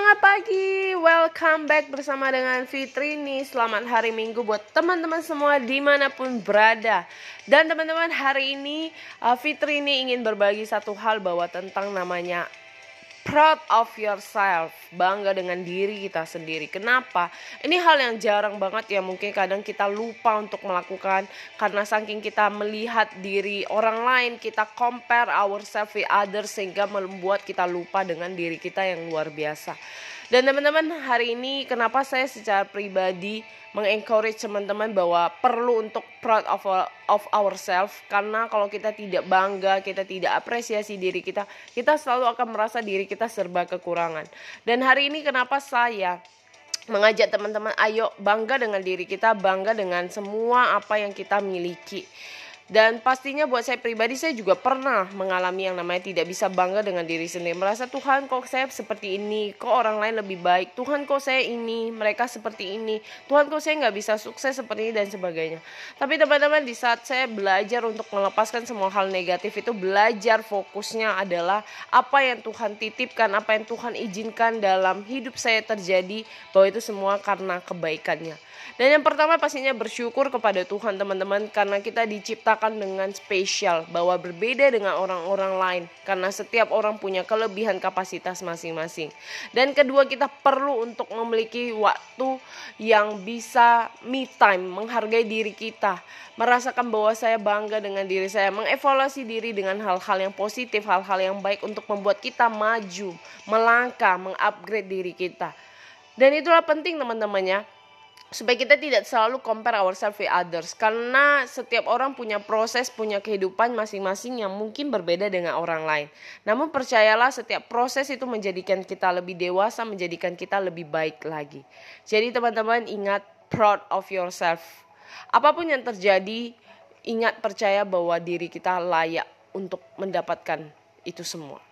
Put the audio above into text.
Semangat pagi, welcome back bersama dengan Fitrini. Selamat hari Minggu buat teman-teman semua dimanapun berada. Dan teman-teman, hari ini Fitrini ingin berbagi satu hal bahwa tentang namanya proud of yourself, bangga dengan diri kita sendiri. Kenapa? Ini hal yang jarang banget ya, mungkin kadang kita lupa untuk melakukan karena saking kita melihat diri orang lain, kita compare ourselves with others sehingga membuat kita lupa dengan diri kita yang luar biasa. Dan teman-teman, hari ini kenapa saya secara pribadi mengencourage teman-teman bahwa perlu untuk proud of ourselves, karena kalau kita tidak bangga, kita tidak apresiasi diri kita selalu akan merasa diri kita serba kekurangan. Dan hari ini kenapa saya mengajak teman-teman, ayo bangga dengan diri kita, bangga dengan semua apa yang kita miliki. Dan pastinya buat saya pribadi, saya juga pernah mengalami yang namanya tidak bisa bangga dengan diri sendiri. Merasa, Tuhan kok saya seperti ini, kok orang lain lebih baik, Tuhan kok saya ini, mereka seperti ini, Tuhan kok saya gak bisa sukses seperti ini dan sebagainya. Tapi teman-teman, di saat saya belajar untuk melepaskan semua hal negatif itu, belajar fokusnya adalah apa yang Tuhan titipkan, apa yang Tuhan izinkan dalam hidup saya terjadi, bahwa itu semua karena kebaikannya. Dan yang pertama pastinya bersyukur kepada Tuhan teman-teman, karena kita diciptakan dengan spesial, bahwa berbeda dengan orang-orang lain, karena setiap orang punya kelebihan kapasitas masing-masing. Dan kedua, kita perlu untuk memiliki waktu yang bisa me time, menghargai diri kita, merasakan bahwa saya bangga dengan diri saya, mengevaluasi diri dengan hal-hal yang positif, hal-hal yang baik untuk membuat kita maju, melangkah, mengupgrade diri kita. Dan itulah penting teman-temannya, supaya kita tidak selalu compare ourselves with others. Karena setiap orang punya proses, punya kehidupan masing-masing yang mungkin berbeda dengan orang lain. Namun percayalah, setiap proses itu menjadikan kita lebih dewasa, menjadikan kita lebih baik lagi. Jadi teman-teman, ingat, proud of yourself. Apapun yang terjadi, ingat, percaya bahwa diri kita layak untuk mendapatkan itu semua.